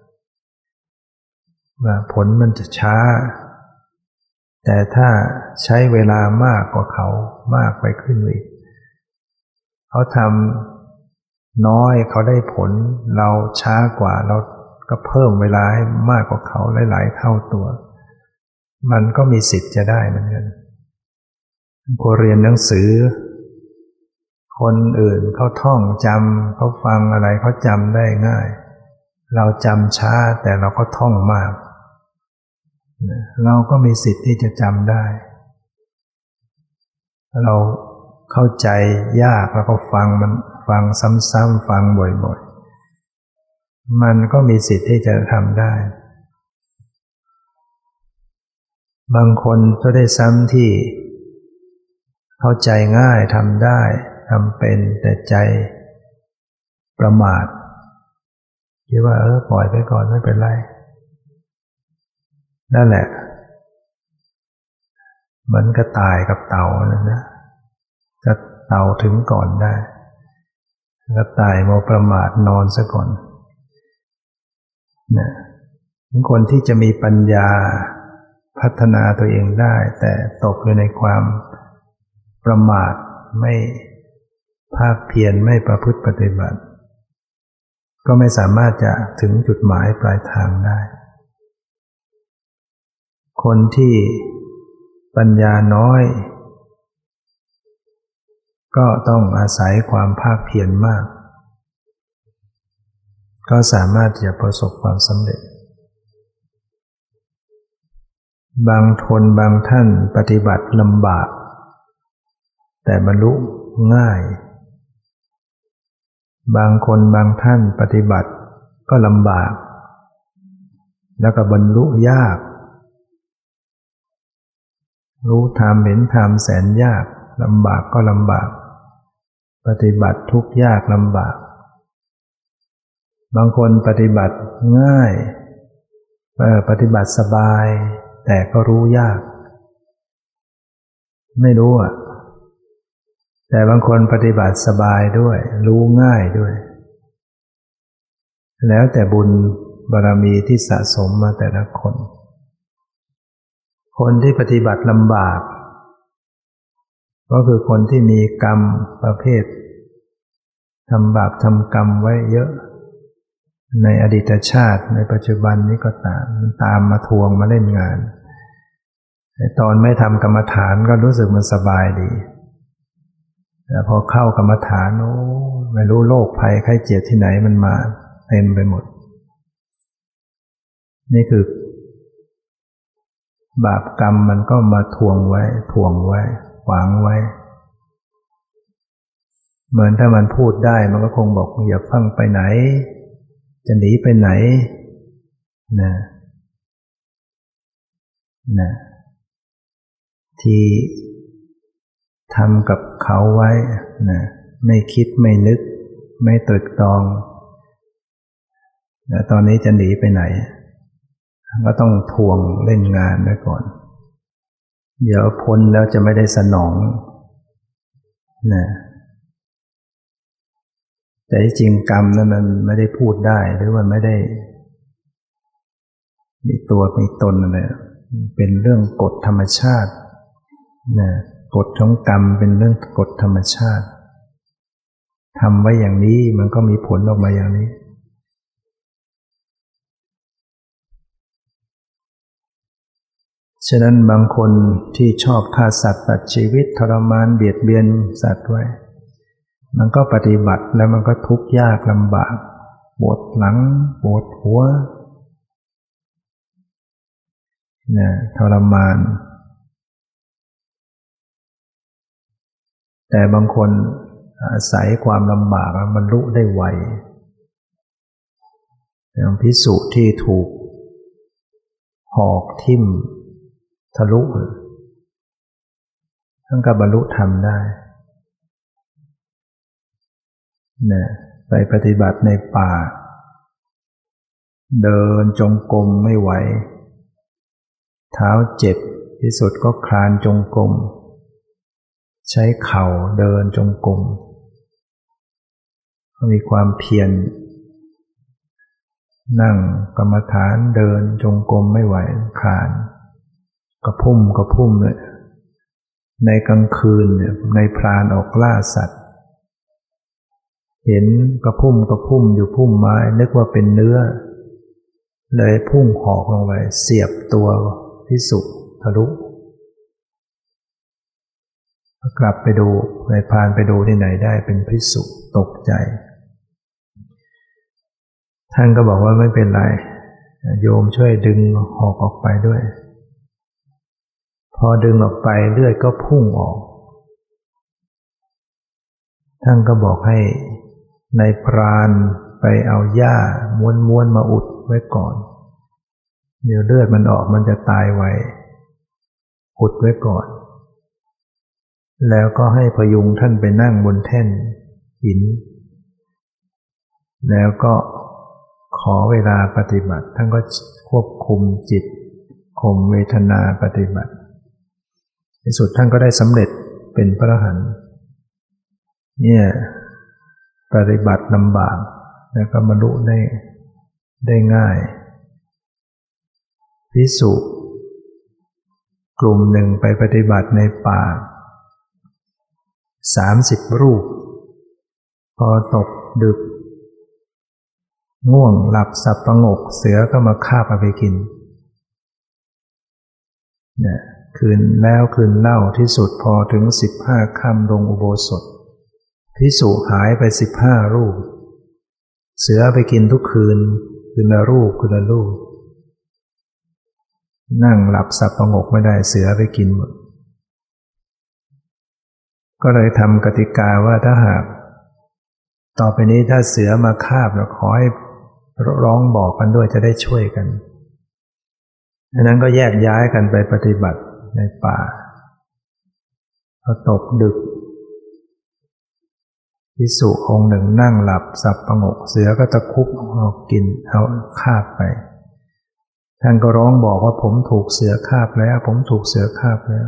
ว่าผลมันจะช้าแต่ถ้าใช้เวลามากกว่าเขามากไปขึ้นอีกเขาทำน้อยเขาได้ผลเราช้ากว่าเราก็เพิ่มเวลาให้มากกว่าเขาหลายๆเท่าตัวมันก็มีสิทธิ์จะได้เหมือนกันคนเรียนหนังสือคนอื่นเขาท่องจำเขาฟังอะไรเขาจำได้ง่ายเราจำช้าแต่เราก็ท่องมากเราก็มีสิทธิ์ที่จะจำได้เราเข้าใจยากแล้วก็ฟังมันฟังซ้ำๆฟังบ่อยๆมันก็มีสิทธิ์ที่จะทำได้บางคนก็ได้ซ้ำที่เข้าใจง่ายทำได้ทำเป็นแต่ใจประมาทคิดว่าเออปล่อยไปก่อนไม่เป็นไรนั่นแหละเหมือนกระต่ายกับเต่านั่นนะจะเต่าถึงก่อนได้กระต่ายมัวประมาทนอนซะก่อนนะคนที่จะมีปัญญาพัฒนาตัวเองได้แต่ตกอยู่ในความประมาทไม่ภาคเพียรไม่ประพฤติปฏิบัติก็ไม่สามารถจะถึงจุดหมายปลายทางได้คนที่ปัญญาน้อยก็ต้องอาศัยความภาคเพียรมากก็สามารถจะประสบความสำเร็จบางคนบางท่านปฏิบัติลำบากแต่บรรลุง่ายบางคนบางท่านปฏิบัติก็ลำบากแล้วก็บรรลุยากรู้ธรรมเห็นธรรมแสนยากลำบากก็ลำบากปฏิบัติทุกข์ยากลำบากบางคนปฏิบัติง่ายเออปฏิบัติสบายแต่ก็รู้ยากไม่รู้อ่ะแต่บางคนปฏิบัติสบายด้วยรู้ง่ายด้วยแล้วแต่บุญบารมีที่สะสมมาแต่ละคนคนที่ปฏิบัติลำบากก็คือคนที่มีกรรมประเภททำบาปทำกรรมไว้เยอะในอดีตชาติในปัจจุบันนี้ก็ตามมันตามมาทวงมาเล่นงานตอนไม่ทำกรรมฐานก็รู้สึกมันสบายดีแต่พอเข้ากรรมฐานโอ้ไม่รู้โรคภัยไข้เจ็บที่ไหนมันมาเต็มไปหมดนี่คือบาปกรรมมันก็มาทวงไว้ทวงไว้ขวางไว้เหมือนถ้ามันพูดได้มันก็คงบอกอย่าพังไปไหนจะหนีไปไหนนะนะที่ทำกับเขาไว้นะไม่คิดไม่นึกไม่ตรึกตรองแล้วตอนนี้จะหนีไปไหนก็ต้องทวงเล่นงานไว้ก่อนเดี๋ยวพ้นแล้วจะไม่ได้สนองนะแต่ที่จริงกรรมนั้นมันไม่ได้พูดได้หรือว่าไม่ได้มีตัวมีตนอะไรเป็นเรื่องกฎธรรมชาตินะกฎของกรรมเป็นเรื่องกฎธรรมชาติทำไว้อย่างนี้มันก็มีผลออกมาอย่างนี้ฉะนั้นบางคนที่ชอบฆ่าสัตว์ตัดชีวิตทรมานเบียดเบียนสัตว์ไว้มันก็ปฏิบัติแล้วมันก็ทุกข์ยากลำบากปวดหลังปวดหัวเนี่ยทรมานแต่บางคนอาศัยความลำบากบรรลุได้ไวอย่างภิกษุที่ถูกหอกทิ่มทะลุท่านก็บรรลุธรรมได้เนี่ยไปปฏิบัติในป่าเดินจงกรมไม่ไหวเท้าเจ็บที่สุดก็คลานจงกรมใช้เข่าเดินจงกรมมีความเพียรนั่งกรรมฐานเดินจงกรมไม่ไหวคลานกระพุ่มกระพุ่มเลยในกลางคืนเนี่ยในพรานออกล่าสัตว์เห็นกระพุ่มกระพุ่มอยู่พุ่มไม้นึกว่าเป็นเนื้อเลยพุ่งหอกลงไปเสียบตัวภิกษุทะลุกลับไปดูในพรานไปดูที่ไหนได้เป็นภิกษุตกใจท่านก็บอกว่าไม่เป็นไรโยมช่วยดึงหอกออกไปด้วยพอดึงออกไปเลือดก็พุ่งออกท่านก็บอกให้นายพรานไปเอาหญ้าม้วนๆมาอุดไว้ก่อนเดี๋ยวเลือดมันออกมันจะตายไวอุดไว้ก่อนแล้วก็ให้พยุงท่านไปนั่งบนแท่นหินแล้วก็ขอเวลาปฏิบัติท่านก็ควบคุมจิตข่มเวทนาปฏิบัติในสุดท่านก็ได้สำเร็จเป็นพระอรหันต์เนี่ยปฏิบัติลำบากแล้วก็บรรลุได้ได้ง่ายภิกษุกลุ่มหนึ่งไปปฏิบัติในป่าสามสิบรูปพอตกดึกง่วงหลับสับประงกเสือก็มาคาบเอาไปกินเนี่ยคืนแล้วคืนเล่าที่สุดพอถึงสิบห้าค่ำลงอุโบสถภิกษุหายไปสิบห้ารูปเสือไปกินทุกคืนคืนละรูปคืนละรูปนั่งหลับสับประงกไม่ได้เสือไปกินหมดก็เลยทำกติกาว่าถ้าหากต่อไปนี้ถ้าเสือมาคาบแล้วขอให้ร้องบอกกันด้วยจะได้ช่วยกันดังนั้นก็แยกย้ายกันไปปฏิบัติในป่าพอตกดึกภิกษุองค์หนึ่งนั่งหลับสับประงกเสือก็ตะคุบเอากินเอาคาบไปท่านก็ร้องบอกว่าผมถูกเสือคาบแล้วผมถูกเสือคาบแล้ว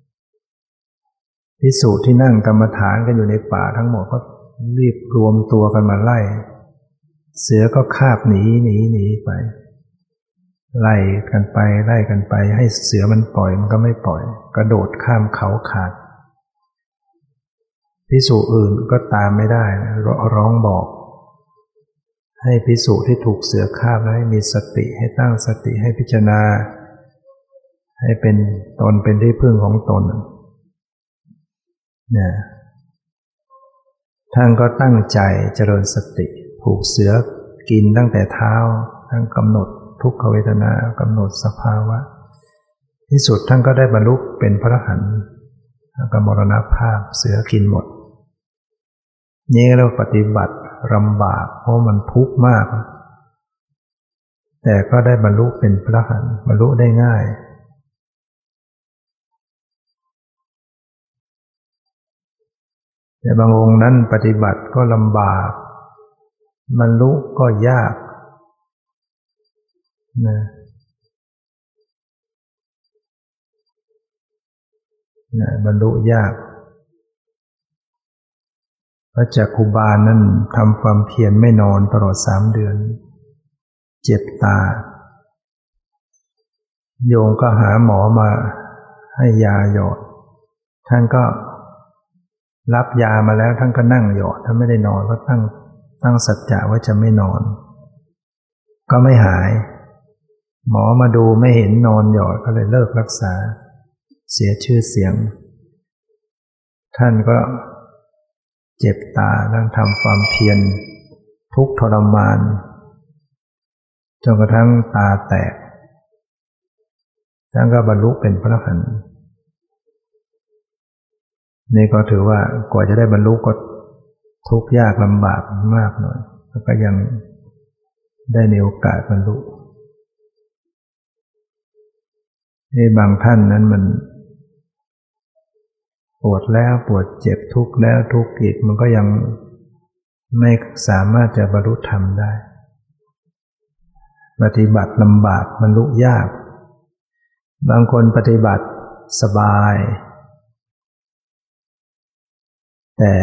ภิกษุที่นั่งกรรมฐานกันอยู่ในป่าทั้งหมดก็รีบรวมตัวกันมาไล่เสือก็คาบหนีหนีหนีไปไล่กันไปไล่กันไปให้เสือมันปล่อยมันก็ไม่ปล่อยกระโดดข้ามเขาขาดภิกษุอื่นก็ตามไม่ได้ร้องบอกให้ภิกษุที่ถูกเสือคาบแล้วให้มีสติให้ตั้งสติให้พิจารณาให้เป็นตนเป็นที่พึ่งของตนเนี่ยท่านก็ตั้งใจเจริญสติถูกเสือกินตั้งแต่เท้าท่านกำหนดทุกขเวทนากำหนดสภาวะที่สุดท่านก็ได้บรรลุเป็นพระอรหันต์ก็มรณภาพเสือกินหมดนี่เราปฏิบัติลำบากเพราะมันทุกข์มากแต่ก็ได้บรรลุเป็นพระอรหันต์บรรลุได้ง่ายแต่บางองค์นั้นปฏิบัติก็ลำบากบรรลุก็ยากนะนะบรรลุยากพระจักขุบาลนั้นทำความเพียรไม่นอนตลอดสามเดือนเจ็บตาโยมก็หาหมอมาให้ยาหยอดท่านก็รับยามาแล้วท่านก็นั่งหยอดถ้าไม่ได้นอนก็ตั้งตั้งสัจจะว่าจะไม่นอนก็ไม่หายหมอมาดูไม่เห็นนอนหยอดก็เลยเลิกรักษาเสียชื่อเสียงท่านก็เจ็บตานั่งทำความเพียรทุกข์ทรมานจนกระทั่งตาแตกท่านก็บรรลุเป็นพระอรหันต์นี่ก็ถือว่ากว่าจะได้บรรลุก็ทุกข์ยากลำบากมากหน่อยแล้วก็ยังได้มีโอกาสบรรลุนี่บางท่านนั้นมันปวดแล้วปวดเจ็บทุกข์แล้วทุกข์อีกมันก็ยังไม่สามารถจะบรรลุธรรมได้ปฏิบัติลำบากบรรลุยากบางคนปฏิบัติสบายแต่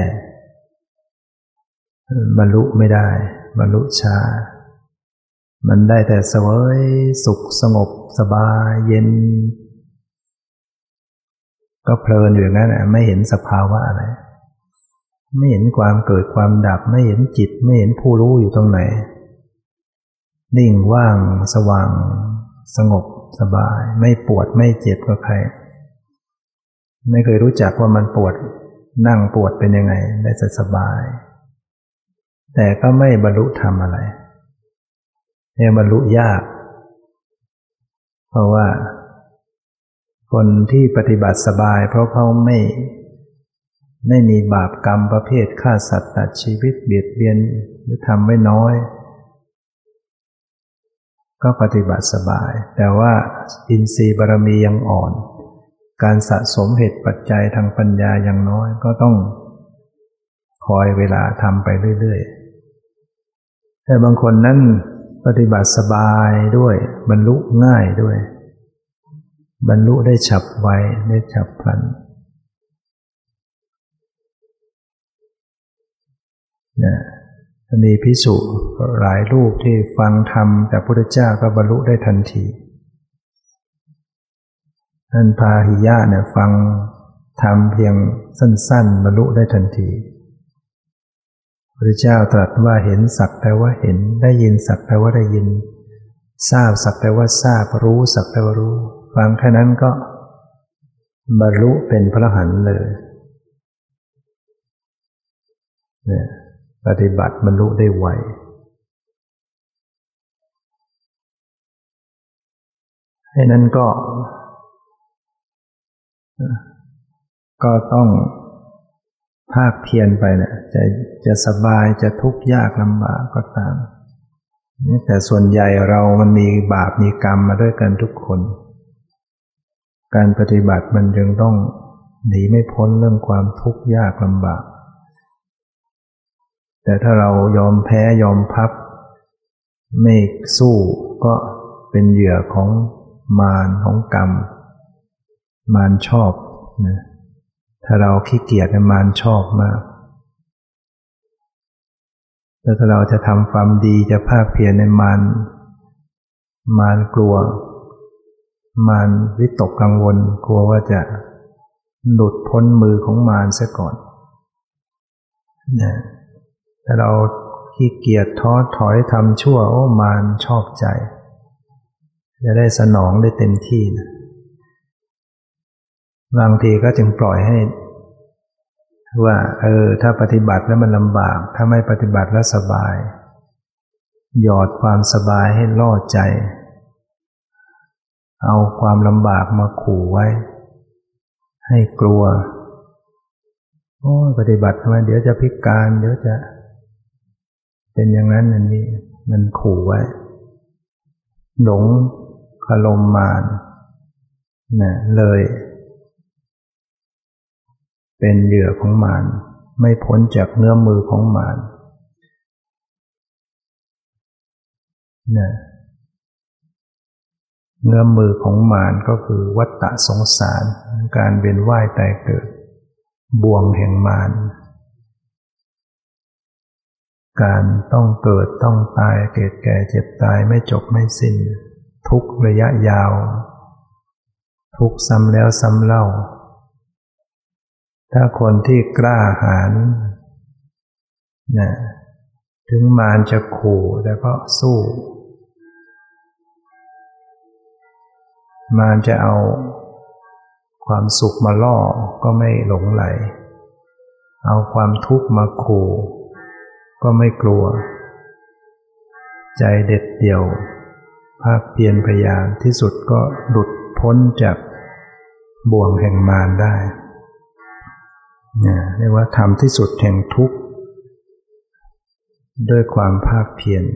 บรรลุไม่ได้บรรลุช้ามันได้แต่เสวยสุขสงบสบายเย็นก็เพลินอยู่อย่างนั้นไม่เห็นสภาวะอะไรไม่เห็นความเกิดความดับไม่เห็นจิตไม่เห็นผู้รู้อยู่ตรงไหนนิ่งว่างสว่างสงบสบายไม่ปวดไม่เจ็บกับใครไม่เคยรู้จักว่ามันปวดนั่งปวดเป็นยังไงได้สบายแต่ก็ไม่บรรลุธรรมอะไรเนี่ยบรรลุยากเพราะว่าคนที่ปฏิบัติสบายเพราะเขาไม่ไม่มีบาปกรรมประเภทฆ่าสัตว์ตัดชีวิตเบียดเบียนหรือทำไว้น้อยก็ปฏิบัติสบายแต่ว่าอินทรีย์บารมียังอ่อนการสะสมเหตุปัจจัยทางปัญญายังน้อยก็ต้องคอยเวลาทำไปเรื่อยๆแต่บางคนนั้นปฏิบัติสบายด้วยบรรลุง่ายด้วยบรรลุได้ฉับไวได้ฉับพลันนะมีภิกษุหลายรูปที่ฟังธรรมจากพระพุทธเจ้าก็บรรลุได้ทันทีท่านพาหิยะเนี่ยฟังธรรมเพียงสั้นๆบรรลุได้ทันทีพระพุทธเจ้าตรัสว่าเห็นสักแต่ว่าเห็นได้ยินสักแต่ว่าได้ยินทราบสักแต่ว่าทราบรู้สักแต่ว่ารู้ฟังแค่นั้นก็บรรลุเป็นพระอรหันต์เลยเนี่ยปฏิบัติบรรลุได้ไวให้นั้นก็ก็ต้องภาคเพียรไปเนี่ยจะจะสบายจะทุกข์ยากลำบากก็ตามแต่ส่วนใหญ่เรามันมีบาปมีกรรมมาด้วยกันทุกคนการปฏิบัติมันจึงต้องหนีไม่พ้นเรื่องความทุกข์ยากลำบากแต่ถ้าเรายอมแพ้ยอมพับไม่สู้ก็เป็นเหยื่อของมารของกรรมมารชอบนะถ้าเราขี้เกียจมารชอบมากแต่ถ้าเราจะทำความดีจะภาคเพียรในมารมารกลัวมารวิตกกังวลกลัวว่าจะหลุดพ้นมือของมารเสียก่อนนะถ้าเราขี้เกียจท้อถอยทำชั่วโอ้มารชอบใจจะได้สนองได้เต็มที่นะบางทีก็จึงปล่อยให้ว่าเออถ้าปฏิบัติแล้วมันลำบากถ้าไม่ปฏิบัติแล้วสบายหยอดความสบายให้ล่อใจเอาความลำบากมาขู่ไว้ให้กลัวโอ้ปฏิบัติทำไมเดี๋ยวจะพิการเดี๋ยวจะเป็นอย่างนั้นอย่างนี้มันขู่ไว้หลงคลมมารนะเลยเป็นเหยื่อของมารไม่พ้นจากเงื้อมมือของมารนะเงื้อมมือของมารก็คือวัฏฏะสงสารการเวียนว่ายตายเกิดบ่วงแห่งมารการต้องเกิดต้องตายเกิดแก่เจ็บตายไม่จบไม่สิ้นทุกระยะยาวทุกซ้ำแล้วซ้ำเล่าถ้าคนที่กล้าหาญนะถึงมารจะขู่แต่ก็สู้มารจะเอาความสุขมาล่อก็ไม่หลงไหลเอาความทุกข์มาขู่ก็ไม่กลัวใจเด็ดเดี่ยวภาคเพียรพยายามที่สุดก็หลุดพ้นจากบ่วงแห่งมารได้เนี่ยเรียกว่าทำที่สุดแห่งทุกข์ด้วยความภาคเพียร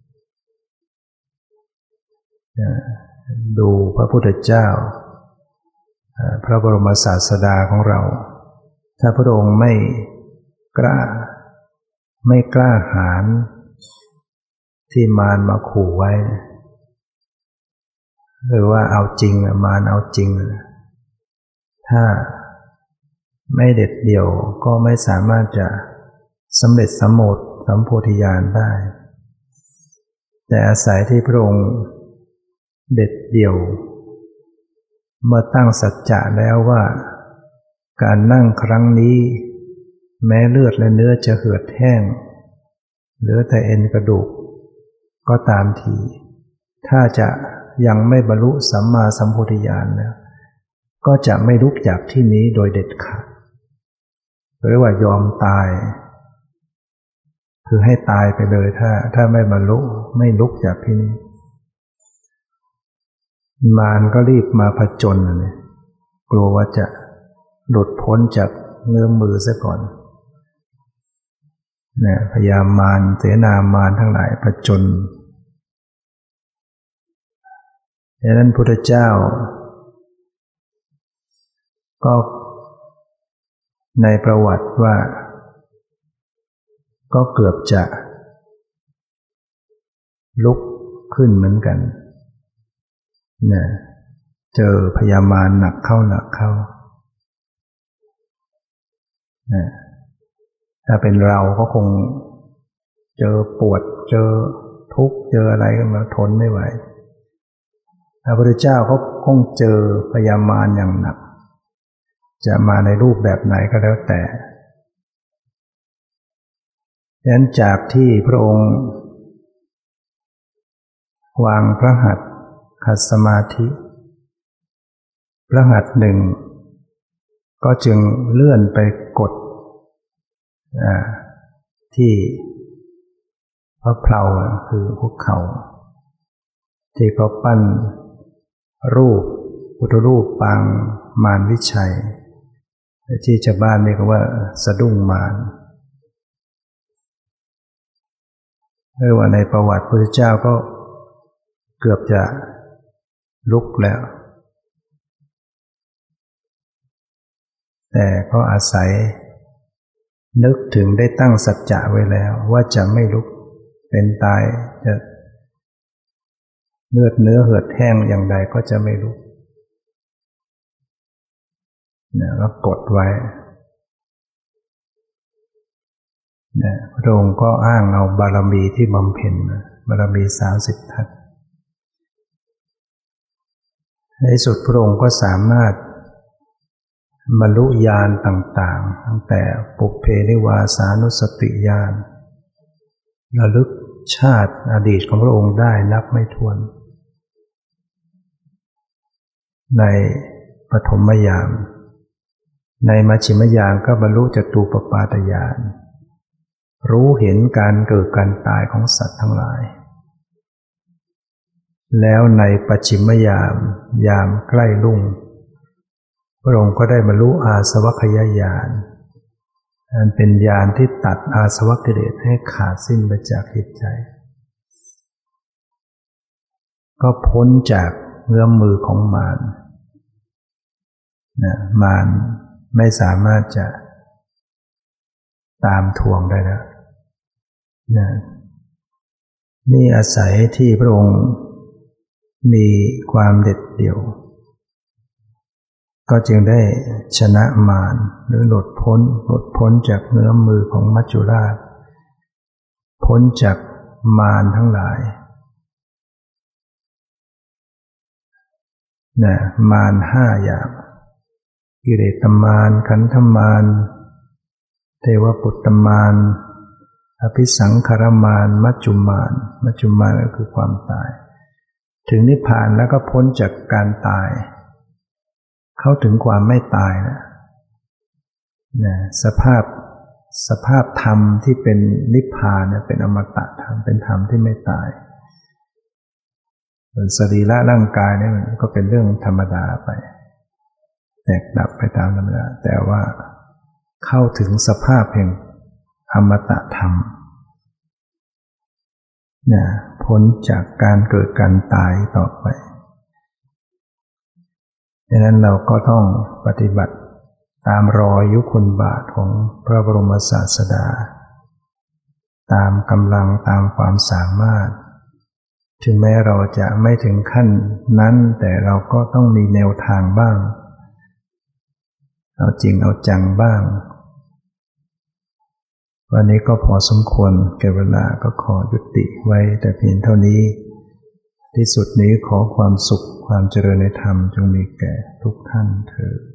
ดูพระพุทธเจ้าพระบรมศาสดาของเราถ้าพระองค์ไม่กล้าไม่กล้าหาญที่มารมาขู่ไว้หรือว่าเอาจริงมารเอาจริงถ้าไม่เด็ดเดี่ยวก็ไม่สามารถจะสำเร็จสมโภชสัมโพธิญาณได้แต่อาศัยที่พระองค์เด็ดเดี่ยวเมื่อตั้งสัจจะแล้วว่าการนั่งครั้งนี้แม้เลือดและเนื้อจะเหือดแห้งเหลือแต่เอ็นกระดูกก็ตามทีถ้าจะยังไม่บรรลุสัมมาสัมโพธิญาณแล้วก็จะไม่ลุกจากที่นี้โดยเด็ดขาดหรือว่ายอมตายคือให้ตายไปเลยถ้าถ้าไม่บรรลุไม่ลุกจากที่นี้มารก็รีบมาผจญเลยกลัวว่าจะหลุดพ้นจากเงื้อมมือซะก่อนเนี่ยพยามารเสนามารทั้งหลายผจญดังนั้นพุทธเจ้าก็ในประวัติว่าก็เกือบจะลุกขึ้นเหมือนกันเนี่ยเจอพยามารหนักเข้าหนักเข้าเนี่ยถ้าเป็นเราก็คงเจอปวดเจอทุกข์เจออะไรกันมาทนไม่ไหวพระพุทธเจ้าก็คงเจอพยามารอย่างหนักจะมาในรูปแบบไหนก็แล้วแต่ดังนั้นจากที่พระองค์วางพระหัตถ์ขัดสมาธิพระหัตถ์หนึ่งก็จึงเลื่อนไปกดที่พระเพลาคือหัวเข่าที่เขาปั้นรูปพุทธรูปปางมารวิชัยที่ชาวบ้านเรียกว่าสะดุ้งมารเรียกว่าในประวัติพระพุทธเจ้าก็เกือบจะลุกแล้วแต่ก็อาศัยนึกถึงได้ตั้งสัจจะไว้แล้วว่าจะไม่ลุกเป็นตายจะเลือดเนื้อเหือดแห้งอย่างใดก็จะไม่ลุกเนี่ยก็กดไว้เนี่ยพระองค์ก็อ้างเอาบารมีที่บำเพ็ญบารมีสามสิบทัศน์ในสุดพระองค์ก็สามารถบรรลุญาณต่างๆตั้งแต่ปุพเพนิวาสานุสติญาณระลึกชาติอดีตของพระองค์ได้นับไม่ถ้วนในปฐมญาณในมัชฌิมญาณก็บรรลุจตุปปาตญาณรู้เห็นการเกิดการตายของสัตว์ทั้งหลายแล้วในปัจฉิมยามยามใกล้รุ่งพระองค์ก็ได้บรรลุอาสวัคคยญาณอันเป็นญาณที่ตัดอาสวัคกิเลสให้ขาดสิ้นไปจากจิตใจก็พ้นจากเงื้อมมือของมารนะมารไม่สามารถจะตามทวงได้แล้วนะนี่อาศัยที่พระองค์มีความเด็ดเดี่ยวก็จึงได้ชนะมารหรือหลุดพ้นหลุดพ้นจากเงื้อมมือของมัจจุราชพ้นจากมารทั้งหลายนะมารห้าอย่างกิเลสมารขันธมารเทวปุตตมารอภิสังขารมารมัจจุมารมัจจุมารก็คือความตายถึงนิพพานแล้วก็พ้นจากการตายเข้าถึงความไม่ตายนะนะสภาพสภาพธรรมที่เป็นนิพพานเนี่ยเป็นอมตะธรรมเป็นธรรมที่ไม่ตายส่วนสรีระร่างกายเนี่ยมันก็เป็นเรื่องธรรมดาไปแตกดับไปตามธรรมดาแต่ว่าเข้าถึงสภาพแห่งอมตะธรรมเนี่ยพ้นจากการเกิดการตายต่อไปดังนั้นเราก็ต้องปฏิบัติตามรอยยุคุณบาทของพระบรมศาสดาตามกำลังตามความสามารถถึงแม้เราจะไม่ถึงขั้นนั้นแต่เราก็ต้องมีแนวทางบ้างเอาจริงเอาจังบ้างวันนี้ก็พอสมควรแก่เวลาก็ขอยุติไว้แต่เพียงเท่านี้ที่สุดนี้ขอความสุขความเจริญในธรรมจงมีแก่ทุกท่านเถิด